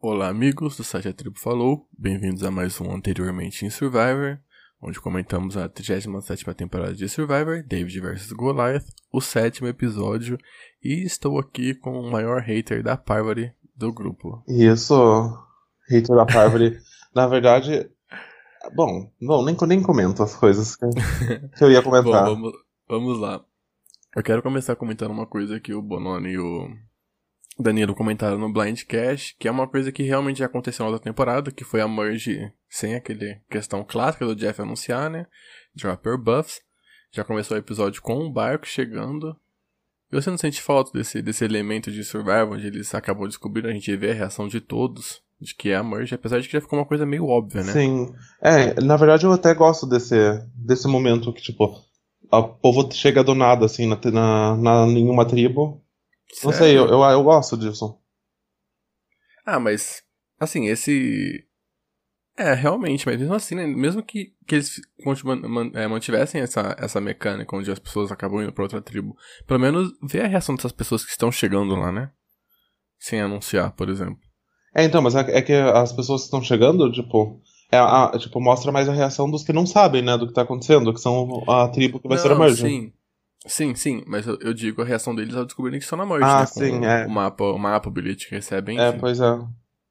Olá, amigos do site A Tribo Falou, bem-vindos a mais um Anteriormente em Survivor, onde comentamos a 37ª temporada de Survivor, David vs Goliath, o 7º episódio, e estou aqui com o maior hater da Parvati do grupo. Isso, hater da Parvati. Na verdade, bom, nem comento as coisas que eu ia Bom, comentar. vamos lá. Eu quero começar comentando uma coisa que o Bononi e o Danilo comentaram no Blindcast, que é uma coisa que realmente já aconteceu na outra temporada, que foi a merge sem aquele questão clássica do Jeff anunciar, né? Dropper Buffs. Já começou o episódio com um barco chegando. E você não sente falta desse elemento de Survival, onde eles acabam descobrindo, a gente vê a reação de todos, de que é a merge, apesar de que já ficou uma coisa meio óbvia, né? Sim, na verdade eu até gosto desse momento que, tipo, o povo chega do nada, assim, nenhuma tribo. Não sei, eu, Sério? eu, eu gosto disso. Ah, mas, assim, esse... realmente, mas mesmo assim, né? Mesmo que eles mantivessem essa mecânica onde as pessoas acabam indo pra outra tribo, pelo menos ver a reação dessas pessoas que estão chegando lá, né? Sem anunciar, por exemplo. Então, mas é que as pessoas que estão chegando, tipo, tipo, mostra mais a reação dos que não sabem, né, do que tá acontecendo, que são a tribo que vai ser a Não, merge. sim. Sim, mas eu digo a reação deles ao descobrirem que estão na morte, Ah, né? sim, Com o mapa, o bilhete que recebem, enfim. pois é.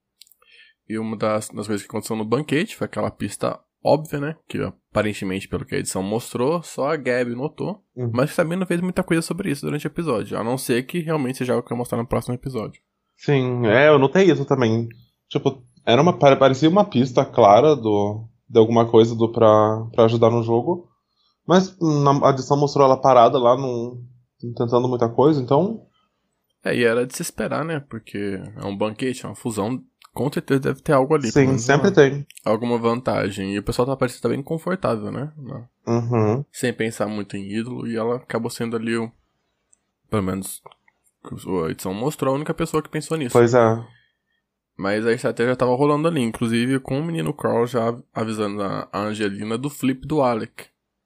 E uma das coisas que aconteceu no banquete foi aquela pista óbvia, né? Que aparentemente, pelo que a edição mostrou, só a Gabi notou. Uhum. Mas que também não fez muita coisa sobre isso durante o episódio. A não ser que realmente seja algo que eu mostrar no próximo episódio. Sim, eu notei isso também. Tipo, parecia uma pista clara de alguma coisa pra ajudar no jogo, mas a edição mostrou ela parada lá, tentando muita coisa, então. E era de se esperar, né? Porque é um banquete, é uma fusão. Com certeza deve ter algo ali, pelo Sim, menos sempre tem. alguma vantagem. E o pessoal tá parecendo bem confortável, né? Uhum. Sem pensar muito em ídolo. E ela acabou sendo ali, pelo menos a edição mostrou, a única pessoa que pensou nisso. Pois é. Mas a estratégia tava rolando ali, inclusive com o menino Crawl já avisando a Angelina do flip do Alec.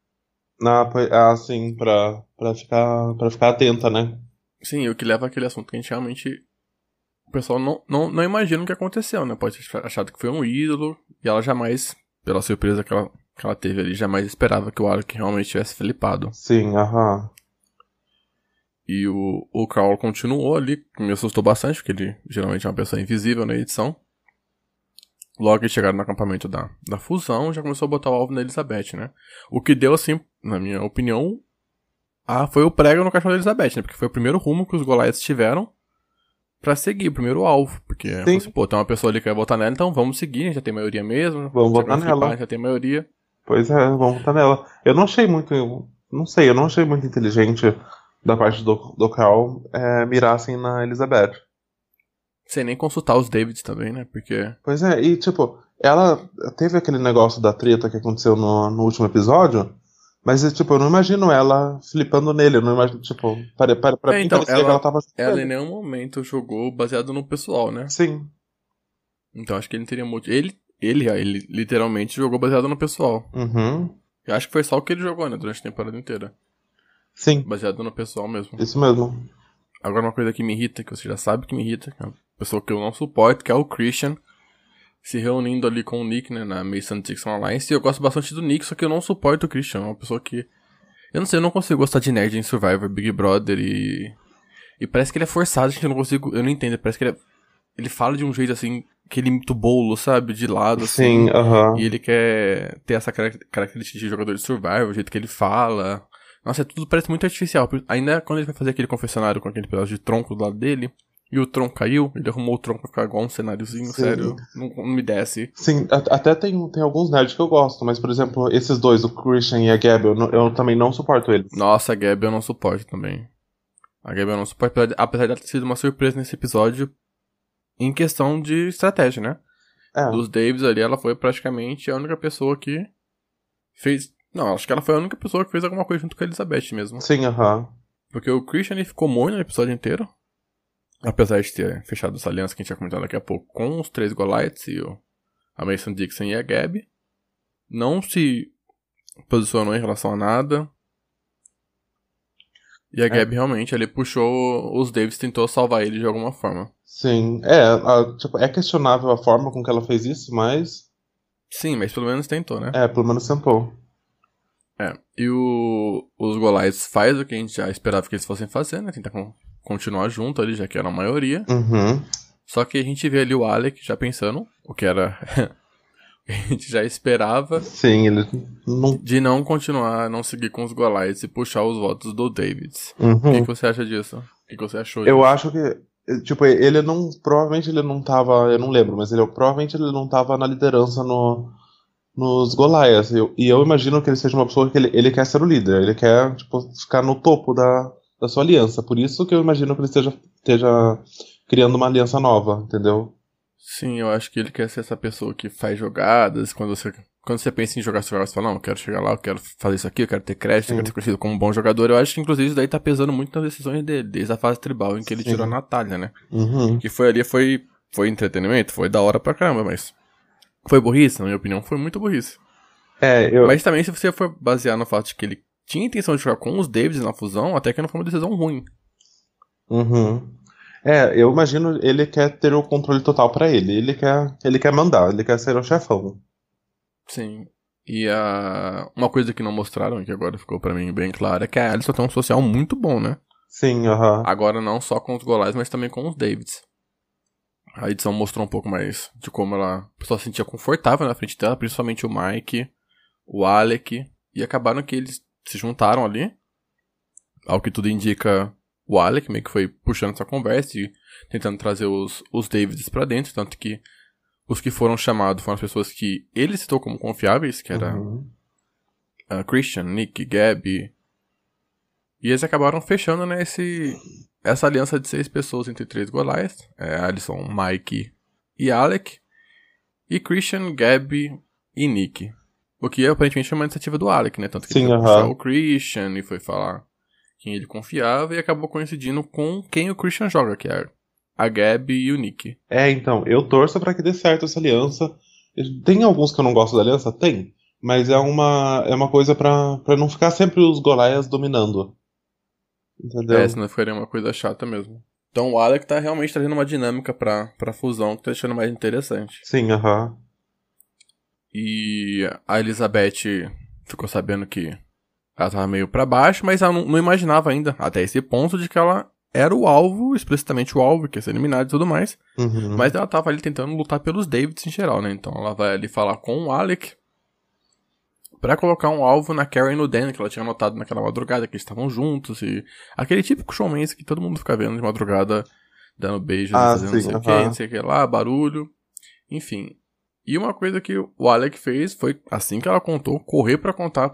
Sim, pra ficar atenta, né? Sim, o que leva àquele assunto que a gente realmente. O pessoal não imagina o que aconteceu, né? Pode ter achado que foi um ídolo, e ela jamais, pela surpresa que ela teve ali, jamais esperava que o Alec realmente tivesse flipado. Sim, aham. E o Crawl continuou ali, que me assustou bastante, porque ele geralmente é uma pessoa invisível na edição. Logo que chegaram no acampamento da fusão, já começou a botar o alvo na Elizabeth, né? O que deu, assim, na minha opinião, foi o prego no caixão da Elizabeth, né? Porque foi o primeiro rumo que os Goliaths tiveram pra seguir, o primeiro alvo. Porque, falou assim, Sim, pô, tem uma pessoa ali que vai votar nela, então vamos seguir, já tem maioria mesmo. vamos Já que votar vai flipar, nela. já tem maioria. Pois é, vamos votar nela. Eu não achei muito. Não sei, eu não achei muito inteligente da parte do Carl mirar assim na Elizabeth. Sem nem consultar os Davids também, né? Porque. Pois é, e tipo, ela teve aquele negócio da treta que aconteceu no último episódio, mas tipo, eu não imagino ela flipando nele, eu não imagino, tipo, pra mim Então, parecia que ela ela, tava junto com ela em ele. nenhum momento jogou baseado no pessoal, né? Sim, Então acho que ele não teria muito. Ele literalmente jogou baseado no pessoal. uhum, Eu acho que foi só o que ele jogou, né? Durante a temporada inteira. sim, Baseado no pessoal mesmo. isso mesmo. Agora uma coisa que me irrita, que você já sabe que me irrita, que é uma pessoa que eu não suporto, que é o Christian, se reunindo ali com o Nick, né, na Mason Dixon Alliance. E eu gosto bastante do Nick, só que eu não suporto o Christian. É uma pessoa que... Eu não sei, eu não consigo gostar de nerd em Survivor, Big Brother e... E parece que ele é forçado, gente, eu não consigo... Eu não entendo, parece que ele fala de um jeito, assim, que ele imita o bolo, sabe? De lado, Sim, assim. E aham. ele quer ter essa característica de jogador de Survivor, o jeito que ele fala. Nossa, tudo parece muito artificial. Ainda quando ele vai fazer aquele confessionário com aquele pedaço de tronco do lado dele, e o tronco caiu, ele arrumou o tronco pra ficar igual um cenáriozinho, Sim. sério, não me desce. Sim, até tem alguns nerds que eu gosto, mas, por exemplo, esses dois, o Christian e a Gabby, eu também não suporto eles. Nossa, a Gabi eu não suporto também. A Gabi eu não suporto, apesar de ela ter sido uma surpresa nesse episódio, em questão de estratégia, né? É, Dos Davis ali, ela foi praticamente a única pessoa que fez... Não, acho que ela foi a única pessoa que fez alguma coisa junto com a Elizabeth mesmo. sim, aham. Porque o Christian ele ficou muito no episódio inteiro. Apesar de ter fechado essa aliança que a gente vai comentar daqui a pouco com os três Goliaths e a Mason Dixon e a Gabi. Não se posicionou em relação a nada. E a Gabi realmente, ele puxou os Davids, tentou salvar ele de alguma forma. Sim, tipo, é questionável a forma com que ela fez isso, mas... Sim, mas pelo menos tentou, né? Pelo menos tentou. E os Goliaths faz o que a gente já esperava que eles fossem fazer, né? Tentar continuar junto ali, já que era a maioria. Uhum. Só que a gente vê ali o Alec já pensando, o que era... a gente já esperava. Sim, ele não... De não continuar, não seguir com os Goliaths e puxar os votos do Davids. Uhum. O que você acha disso? O que você achou disso? Eu acho que, tipo, ele não... Provavelmente ele não tava... Eu não lembro, mas provavelmente ele não tava na liderança nos Goliaths. E eu imagino que ele seja uma pessoa que ele quer ser o líder. Ele quer, tipo, ficar no topo da sua aliança. Por isso que eu imagino que ele esteja criando uma aliança nova, entendeu? Sim, eu acho que ele quer ser essa pessoa que faz jogadas. Quando você pensa em jogar você fala, não, eu quero chegar lá, eu quero fazer isso aqui, eu quero ter crédito, eu quero ser conhecido como um bom jogador. Eu acho que, inclusive, isso daí tá pesando muito nas decisões dele, desde a fase tribal em que ele tirou a Natália, né? Uhum. Que foi entretenimento, foi da hora pra caramba, mas... Foi burrice? Na minha opinião, foi muito burrice. Mas também, se você for basear no fato de que ele tinha intenção de jogar com os Davids na fusão, até que não foi uma decisão ruim. Uhum. Eu imagino ele quer ter o controle total pra ele. Ele quer mandar, ele quer ser o chefão. Sim. E uma coisa que não mostraram, que agora ficou pra mim bem claro, é que a Alyson tem um social muito bom, né? Sim, aham. Agora não só com os Goliaths, mas também com os Davids. A edição mostrou um pouco mais de como a pessoa se sentia confortável na frente dela, principalmente o Mike, o Alec, e acabaram que eles se juntaram ali. Ao que tudo indica, o Alec meio que foi puxando essa conversa e tentando trazer os Davids pra dentro, tanto que os que foram chamados foram as pessoas que ele citou como confiáveis, que era Christian, Nick, Gabby. E eles acabaram fechando, né, essa aliança de 6 pessoas entre 3 Goliaths. Alyson, Mike e Alec. E Christian, Gabby e Nick. O que aparentemente foi uma iniciativa do Alec, né? Tanto que ele foi puxar o Christian e foi falar quem ele confiava e acabou coincidindo com quem o Christian joga, que é a Gabby e o Nick. Então, eu torço pra que dê certo essa aliança. Tem alguns que eu não gosto da aliança? Tem. Mas é uma coisa pra não ficar sempre os Goliaths dominando. Entendeu? Senão ficaria uma coisa chata mesmo. Então o Alec tá realmente trazendo uma dinâmica pra fusão que tá deixando mais interessante. Sim, aham. E a Elizabeth ficou sabendo que ela tava meio pra baixo, mas ela não imaginava ainda, até esse ponto, de que ela era o alvo, explicitamente o alvo, que ia ser eliminado e tudo mais. Uhum. Mas ela tava ali tentando lutar pelos Davids em geral, né? Então ela vai ali falar com o Alec pra colocar um alvo na Karen e no Dan, que ela tinha notado naquela madrugada, que eles estavam juntos. E aquele típico showman que todo mundo fica vendo de madrugada, dando beijos, fazendo não sei o que, não sei o que lá, barulho. Enfim. E uma coisa que o Alec fez foi, assim que ela contou, correr pra contar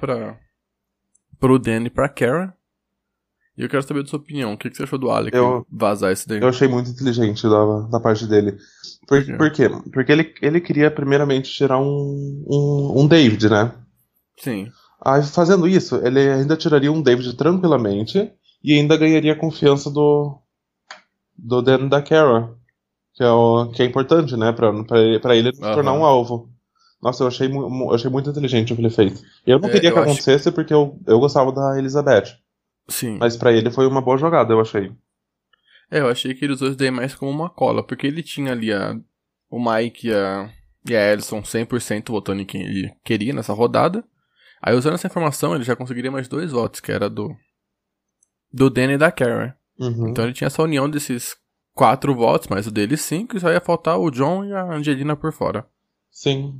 pro Dan e pra Karen. E eu quero saber da sua opinião. O que você achou do Alec vazar isso daí? Eu achei muito inteligente da parte dele. Por quê? Porque ele queria primeiramente tirar um David, né? Sim. Aí fazendo isso, ele ainda tiraria um David tranquilamente e ainda ganharia a confiança do Dan e da Kara. Que é importante, né? Pra ele se tornar um alvo. Nossa, eu achei muito inteligente o que ele fez. Eu não queria que acontecesse porque eu gostava da Elizabeth. Sim. Mas pra ele foi uma boa jogada, eu achei. Eu achei que ele usou isso daí mais como uma cola, porque ele tinha ali o Mike e a Alyson 100% votando em quem ele queria nessa rodada. Aí usando essa informação, ele já conseguiria mais 2 votos, que era do Dan e da Karen. Uhum. Então ele tinha essa união desses 4 votos, mais o dele 5, e só ia faltar o John e a Angelina por fora. Sim.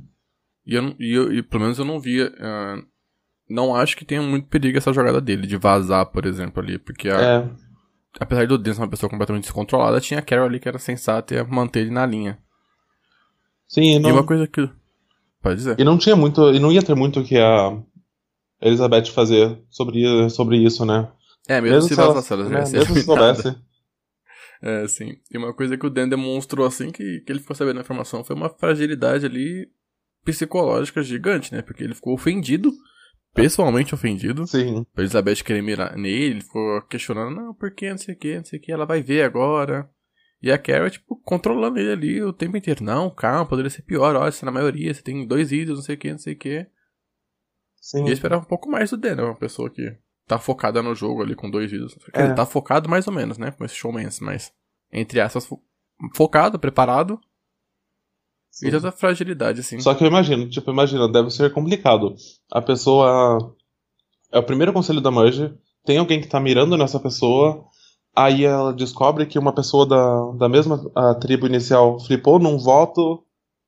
E pelo menos eu não via... não acho que tenha muito perigo essa jogada dele, de vazar, por exemplo, ali, porque apesar do Dan ser uma pessoa completamente descontrolada, tinha a Carol ali que era sensata e ia manter ele na linha. Sim, e uma coisa que... Pode dizer. E não ia ter muito o que a Elizabeth fazer sobre isso, né? Mesmo se vazasse, ela já ia ser mesmo se soubesse. Sim. E uma coisa que o Dan demonstrou assim, que ele ficou sabendo da informação, foi uma fragilidade ali psicológica gigante, né? Porque ele ficou ofendido, pessoalmente ofendido. Sim. A Elizabeth querer mirar nele, ele ficou questionando, não, por que, não sei o que, ela vai ver agora. E a Carol, tipo, controlando ele ali o tempo inteiro. Não, calma, poderia ser pior, olha, você é na maioria, você tem 2 ídolos, não sei o que. Sim. E eu esperava um pouco mais do Dan, né? Uma pessoa que tá focada no jogo ali com 2 vidas. Quer dizer, tá focado mais ou menos, né? Com esse showmance, mas entre aspas, focado, preparado. Sim. E tanta fragilidade, assim. Só que eu imagino, deve ser complicado. A pessoa é o primeiro conselho da Merge, tem alguém que tá mirando nessa pessoa, aí ela descobre que uma pessoa da mesma tribo inicial flipou num voto.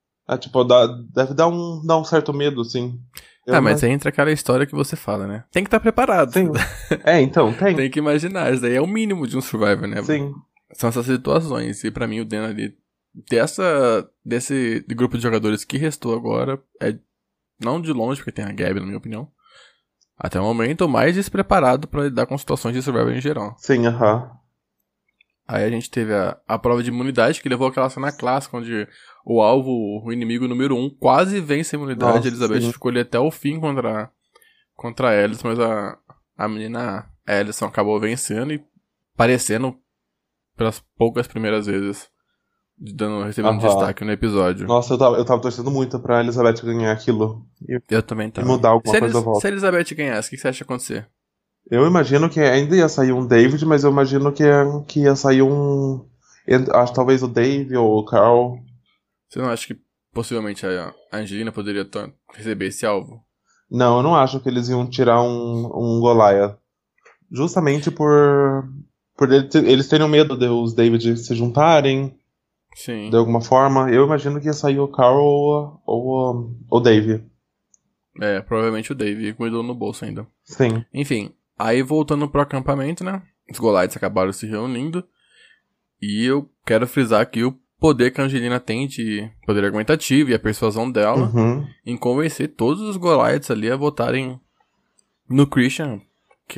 Deve dar um certo medo, assim. Mas aí entra aquela história que você fala, né? Tem que estar preparado. Sim. Então, tem. Tem que imaginar, isso daí é o mínimo de um Survivor, né? Sim. São essas situações, e pra mim o Dan ali, desse grupo de jogadores que restou agora, é não de longe, porque tem a Gabi, na minha opinião, até o momento, o mais despreparado pra lidar com situações de Survivor em geral. Sim, Aí a gente teve a prova de imunidade, que levou aquela cena clássica, onde o alvo, o inimigo número 1, quase vence a imunidade. Nossa, a Elizabeth sim. ficou ali até o fim contra a Alice, mas a menina, a Alison, acabou vencendo e parecendo, pelas poucas primeiras vezes, recebendo destaque no episódio. Nossa, eu tava torcendo muito pra Elizabeth ganhar aquilo. Eu também tava. E mudar alguma coisa da volta. Se a Elizabeth ganhasse, o que você acha que ia acontecer? Eu imagino que ainda ia sair um David, mas eu imagino que ia sair um... Acho talvez o Dave ou o Carl. Você não acha que possivelmente a Angelina poderia receber esse alvo? Não, eu não acho que eles iam tirar um Goliath. Justamente por eles terem medo de os David se juntarem. Sim. De alguma forma. Eu imagino que ia sair o Carl ou o Dave. Provavelmente o Dave, com o ídolo no bolso ainda. Sim. Enfim, aí voltando pro acampamento, né? Os Goliaths acabaram se reunindo. E eu quero frisar aqui o poder que a Angelina tem de poder argumentativo e a persuasão dela em convencer todos os Goliaths ali a votarem no Christian, que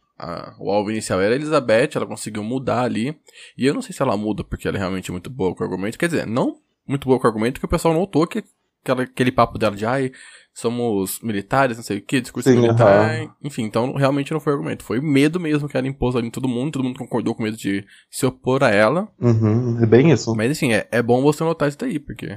o alvo inicial era a Elizabeth, ela conseguiu mudar ali. E eu não sei se ela muda porque ela é realmente muito boa com o argumento. Quer dizer, não muito boa com o argumento, que o pessoal notou que aquele papo dela de somos militares, não sei o que, discurso militar. Enfim, então realmente não foi argumento. Foi medo mesmo que ela impôs ali em todo mundo concordou com medo de se opor a ela. É bem isso. Mas assim, é bom você notar isso daí, porque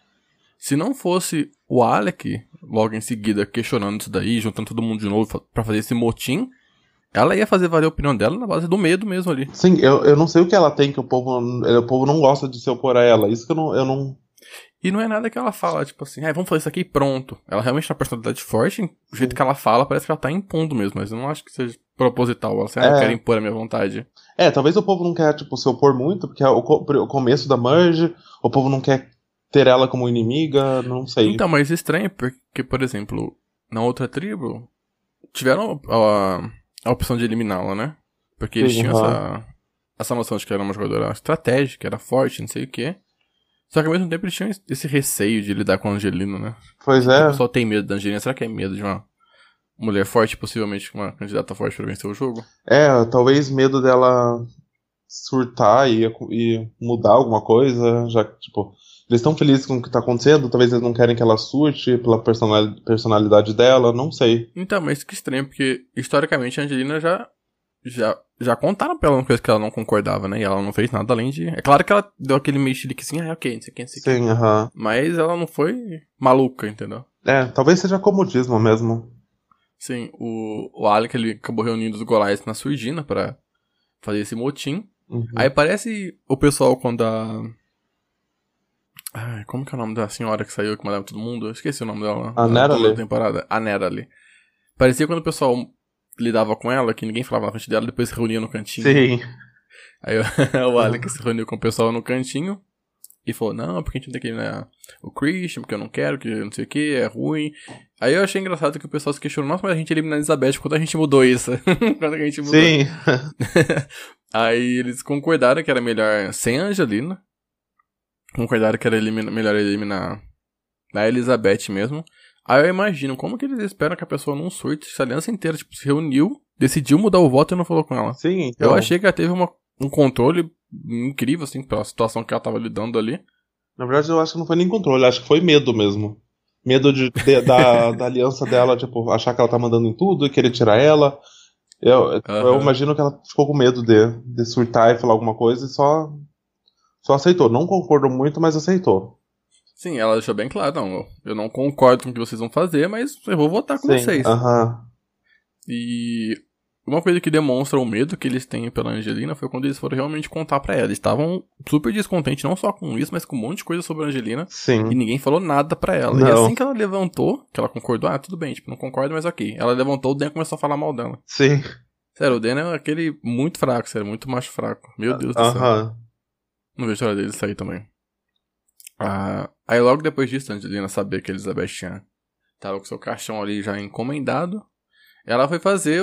se não fosse o Alec logo em seguida questionando isso daí, juntando todo mundo de novo pra fazer esse motim, ela ia fazer valer a opinião dela na base do medo mesmo ali. Sim, eu não sei o que ela tem que o povo não gosta de se opor a ela. Isso que eu não... E não é nada que ela fala, tipo assim, vamos fazer isso aqui e pronto. Ela realmente tem uma personalidade forte, o jeito que ela fala parece que ela tá impondo mesmo, mas eu não acho que seja proposital. Ela assim, eu quero impor a minha vontade. Talvez o povo não quer, se opor muito, porque é o começo da Merge, o povo não quer ter ela como inimiga, não sei. Então, mas estranho, porque, por exemplo, na outra tribo, tiveram a opção de eliminá-la, né? Porque eles tinham essa noção de que era uma jogadora estratégica, era forte, não sei o quê. Só que ao mesmo tempo eles tinham esse receio de lidar com a Angelina, né? Pois é. O pessoal tem medo da Angelina. Será que é medo de uma mulher forte, possivelmente uma candidata forte pra vencer o jogo? Talvez medo dela surtar e mudar alguma coisa, já que, eles estão felizes com o que tá acontecendo, talvez eles não querem que ela surte pela personalidade dela, não sei. Então, mas que estranho, porque historicamente a Angelina já contaram pra ela uma coisa que ela não concordava, né? E ela não fez nada além de... É claro que ela deu aquele meio chilique assim, ok, não sei quem, não sei quem. Sim, Mas ela não foi maluca, entendeu? Talvez seja comodismo mesmo. Sim, o Alec, ele acabou reunindo os Goliaths na surdina pra fazer esse motim. Aí parece o pessoal quando como que é o nome da senhora que saiu, que mandava todo mundo? Eu esqueci o nome dela. A Natalie. Temporada. A Natalie. Parecia quando o pessoal lidava com ela, que ninguém falava na frente dela, depois se reunia no cantinho. Sim. Aí o Alec se reuniu com o pessoal no cantinho e falou, não, porque a gente não tem que eliminar o Christian, porque eu não quero, que não sei o que, é ruim. Aí eu achei engraçado que o pessoal se questionou, nossa, mas a gente elimina a Elizabeth, quando a gente mudou isso? Quando a gente mudou. Sim. Aí eles concordaram que era melhor sem a Angelina. Concordaram que era melhor eliminar a Elizabeth mesmo. Aí eu imagino como que eles esperam que a pessoa não surte, se a aliança inteira se reuniu, decidiu mudar o voto e não falou com ela. Sim, então. Eu achei que ela teve um controle incrível, assim, pela situação que ela tava lidando ali. Na verdade, eu acho que não foi nem controle, acho que foi medo mesmo. Medo da aliança dela, achar que ela tá mandando em tudo e querer tirar ela. Eu imagino que ela ficou com medo de surtar e falar alguma coisa e só aceitou. Não concordou muito, mas aceitou. Sim, ela deixou bem claro, não, eu não concordo com o que vocês vão fazer, mas eu vou votar com vocês. Aham. E uma coisa que demonstra o medo que eles têm pela Angelina foi quando eles foram realmente contar pra ela. Eles estavam super descontentes, não só com isso, mas com um monte de coisa sobre a Angelina. Sim. E ninguém falou nada pra ela. Não. E assim que ela levantou, que ela concordou, tudo bem, tipo, não concordo, mas ok. Ela levantou, o Dan começou a falar mal dela. Sim. Sério, o Dan é aquele muito fraco, sério, muito macho fraco. Meu Deus do céu. Não vejo a hora dele sair também. Aí logo depois disso, a Angelina sabia que a Elizabeth tava com seu caixão ali já encomendado. Ela foi fazer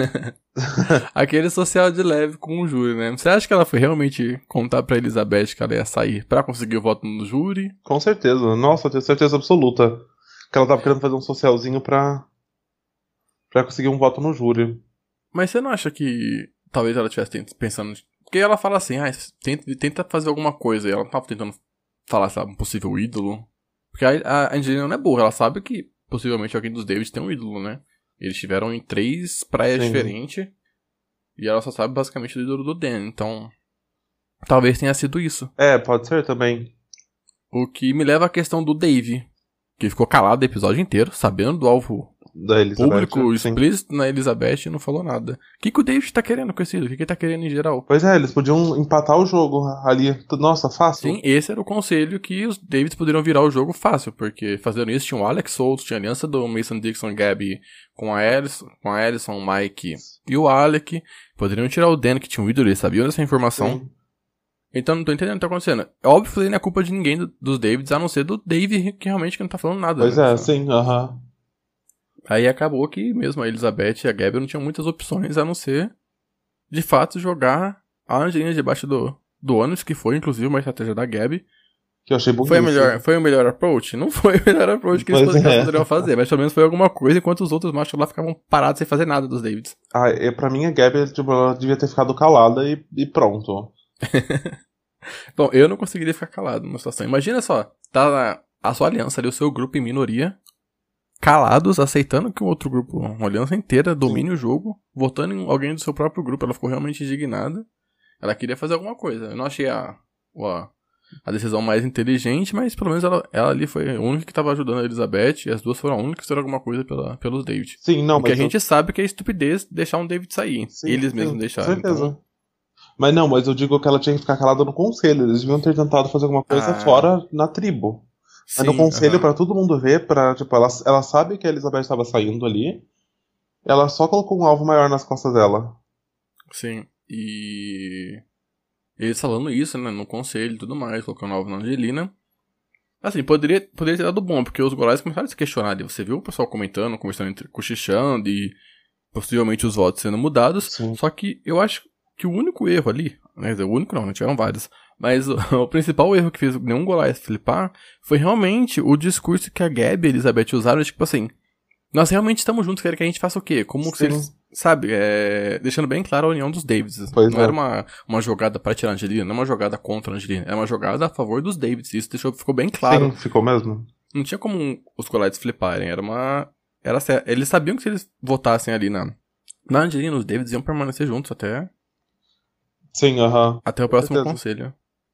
aquele social de leve com o júri, né? Você acha que ela foi realmente contar pra Elizabeth que ela ia sair pra conseguir o voto no júri? Com certeza. Nossa, eu tenho certeza absoluta que ela tava querendo fazer um socialzinho pra conseguir um voto no júri. Mas você não acha que talvez ela estivesse pensando... Porque ela fala assim, tenta fazer alguma coisa. E ela não tava tentando falar, sabe, um possível ídolo. Porque a Angelina não é burra, ela sabe que possivelmente alguém dos Davids tem um ídolo, né? Eles estiveram em 3 praias diferentes. E ela só sabe basicamente do ídolo do Dan. Então, talvez tenha sido isso. Pode ser também. O que me leva à questão do Dave. Que ficou calado o episódio inteiro, sabendo do alvo da Elizabeth, público, explícito na Elizabeth, e não falou nada. O que o David tá querendo com esse ídolo? O que ele tá querendo em geral? Pois é, eles podiam empatar o jogo ali. Nossa, fácil. Sim, esse era o conselho que os Davids poderiam virar o jogo fácil, porque fazendo isso tinha o Alex Souls, tinha a aliança do Mason Dixon e Gabby com a Alison, o Mike e o Alec. Poderiam tirar o Dan, que tinha um ídolo, eles sabiam dessa informação. Sim. Então não tô entendendo o que tá acontecendo. É óbvio que não é culpa de ninguém dos Davids, a não ser do Dave, que realmente não tá falando nada. Pois né? Sim, Aí acabou que mesmo a Elizabeth e a Gabby não tinham muitas opções, a não ser, de fato, jogar a Angelina debaixo do ônibus, que foi, inclusive, uma estratégia da Gabby. Que eu achei bonito. Foi o melhor approach? Não foi o melhor approach que eles poderiam fazer, mas pelo menos foi alguma coisa, enquanto os outros machos lá ficavam parados sem fazer nada dos Davids. Pra mim a Gabby ela devia ter ficado calada e pronto. Bom, eu não conseguiria ficar calado numa situação. Imagina só, tá a sua aliança ali, o seu grupo em minoria, calados, aceitando que um outro grupo, uma aliança inteira, domine o jogo, votando em alguém do seu próprio grupo. Ela ficou realmente indignada. Ela queria fazer alguma coisa. Eu não achei a decisão mais inteligente, mas pelo menos ela ali foi a única que estava ajudando a Elizabeth, e as duas foram a única que fizeram alguma coisa pelos David. Sim, não, porque a gente sabe que é estupidez deixar um David sair. Sim, eles mesmos deixaram. Certeza. Então... Mas eu digo que ela tinha que ficar calada no conselho. Eles deviam ter tentado fazer alguma coisa fora na tribo. Mas no conselho, pra todo mundo ver, ela sabe que a Elizabeth estava saindo ali. Ela só colocou um alvo maior nas costas dela. Sim, e eles falando isso, né, no conselho e tudo mais, colocando um alvo na Angelina. Assim, poderia ter dado bom, porque os Goliaths começaram a se questionar ali. Você viu o pessoal comentando, conversando, cochichando e possivelmente os votos sendo mudados. Sim. Só que eu acho que o único erro ali, né, o único não, tiveram vários, mas o principal erro que fez nenhum Goliath flipar foi realmente o discurso que a Gabby e a Elizabeth usaram, tipo assim, nós realmente estamos juntos, querem que a gente faça o quê? Como se eles, sabe, deixando bem claro a união dos Davids. Não era uma jogada para tirar a Angelina, não uma jogada contra a Angelina, era uma jogada a favor dos Davids, isso ficou bem claro. Sim, ficou mesmo. Não tinha como os Goliaths fliparem, eles sabiam que se eles votassem ali na Angelina, os Davids iam permanecer juntos até... Sim, até o próximo conselho.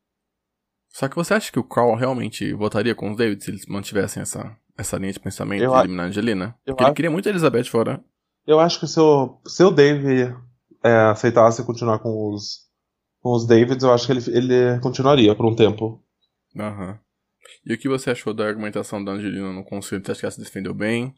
Só que você acha que o Carl realmente votaria com os Davids se eles mantivessem essa linha de pensamento de eliminar a Angelina? Porque ele queria muito a Elizabeth fora. Eu acho que se o Dave aceitasse continuar com os Davids, eu acho que ele continuaria por um tempo. E o que você achou da argumentação da Angelina no conselho? Você acha que ela se defendeu bem?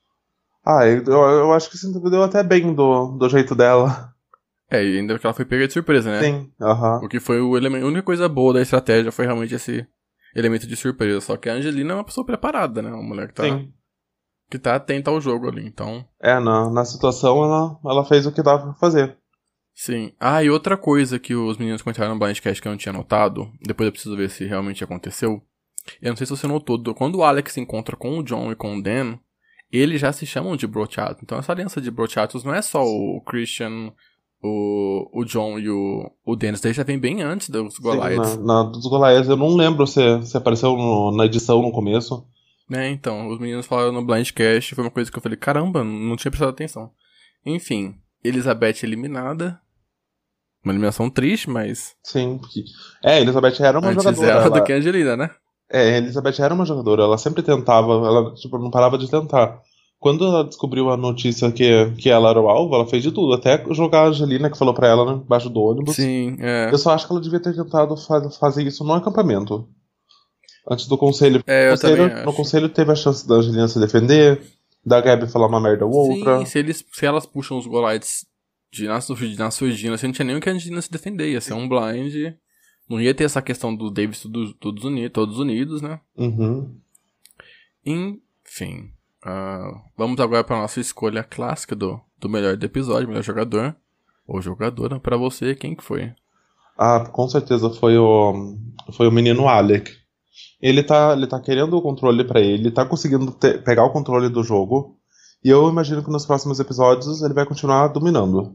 Eu acho que se defendeu até bem do jeito dela. E ainda que ela foi pega de surpresa, né? Sim, O que foi a única coisa boa da estratégia foi realmente esse elemento de surpresa. Só que a Angelina é uma pessoa preparada, né? Uma mulher que tá atenta ao jogo ali, então... na situação ela fez o que dava pra fazer. Sim. E outra coisa que os meninos comentaram no Blindcast que eu não tinha notado, depois eu preciso ver se realmente aconteceu. Eu não sei se você notou, quando o Alex se encontra com o John e com o Dan, eles já se chamam de Brochatos. Então essa aliança de Brochatos não é só o Christian... O John e o Dennis daí já vem bem antes dos Goliaths. Dos Goliaths eu não lembro se apareceu na edição no começo. Então, os meninos falaram no Blindcast, foi uma coisa que eu falei, caramba, não tinha prestado atenção. Enfim, Elizabeth eliminada. Uma eliminação triste, mas... Sim, Elizabeth era uma jogadora. Antes do que a Angelina, né? Elizabeth era uma jogadora, ela sempre tentava, ela não parava de tentar. Quando ela descobriu a notícia que ela era o alvo, ela fez de tudo. Até jogar a Angelina, que falou pra ela, né, embaixo do ônibus. Sim, Eu só acho que ela devia ter tentado fazer isso no acampamento. Antes do conselho. eu também No acho. conselho teve a chance da Angelina se defender, da Gabi falar uma merda ou Sim, outra. se elas puxam os Golites na surdina, você não tinha nem o que a Angelina se defender. Ia ser um blind. Não ia ter essa questão do Davis todos unidos, né? Uhum. Enfim. Vamos agora pra nossa escolha clássica do melhor do episódio, melhor jogador. Ou jogadora. Pra você, quem que foi? Ah, com certeza foi o menino Alec. Ele tá querendo o controle pra ele, tá conseguindo pegar o controle do jogo. E eu imagino que nos próximos episódios ele vai continuar dominando.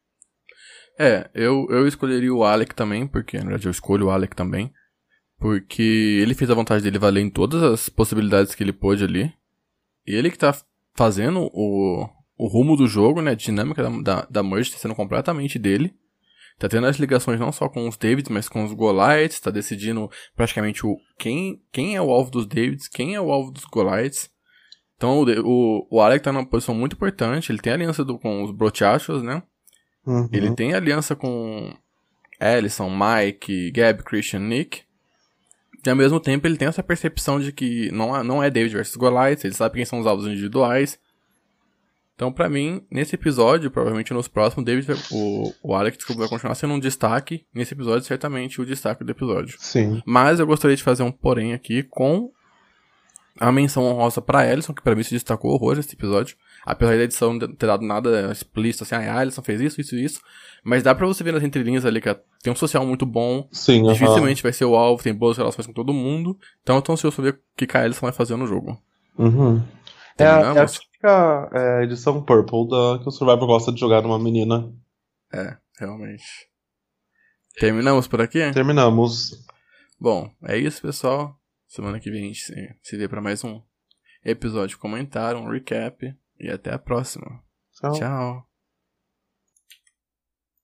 Eu escolheria o Alec também, porque na verdade eu escolho o Alec também. Porque ele fez a vontade dele valer em todas as possibilidades que ele pôde ali. E ele que tá fazendo o rumo do jogo, né? A dinâmica da merge tá sendo completamente dele. Tá tendo as ligações não só com os Davids, mas com os Goliaths. Tá decidindo praticamente quem é o alvo dos Davids, quem é o alvo dos Goliaths. Então o Alec tá numa posição muito importante. Ele tem aliança com os Brochachos, né? Ele Uhum. tem aliança com Ellison, Mike, Gab, Christian, Nick. E ao mesmo tempo ele tem essa percepção de que não é David versus Goliath, ele sabe quem são os alvos individuais. Então, pra mim, nesse episódio, provavelmente nos próximos, o Alex vai continuar sendo um destaque. Nesse episódio, certamente, o destaque do episódio. Sim. Mas eu gostaria de fazer um porém aqui com a menção honrosa pra Ellison, que pra mim se destacou horror nesse episódio. Apesar da edição não ter dado nada explícito, assim, a Ellison fez isso, isso e isso. Mas dá pra você ver nas entrelinhas ali que tem um social muito bom. Sim, aham. Dificilmente vai ser o alvo, tem boas relações com todo mundo. Então eu tô ansioso pra ver o que a Ellison vai fazer no jogo. Uhum. É a Terminamos? típica edição Purple que o Survivor gosta de jogar numa menina. Realmente. Terminamos por aqui? Terminamos. Bom, é isso, pessoal. Semana que vem a gente se vê pra mais um episódio comentário, um recap. E até a próxima. Tchau. Tchau.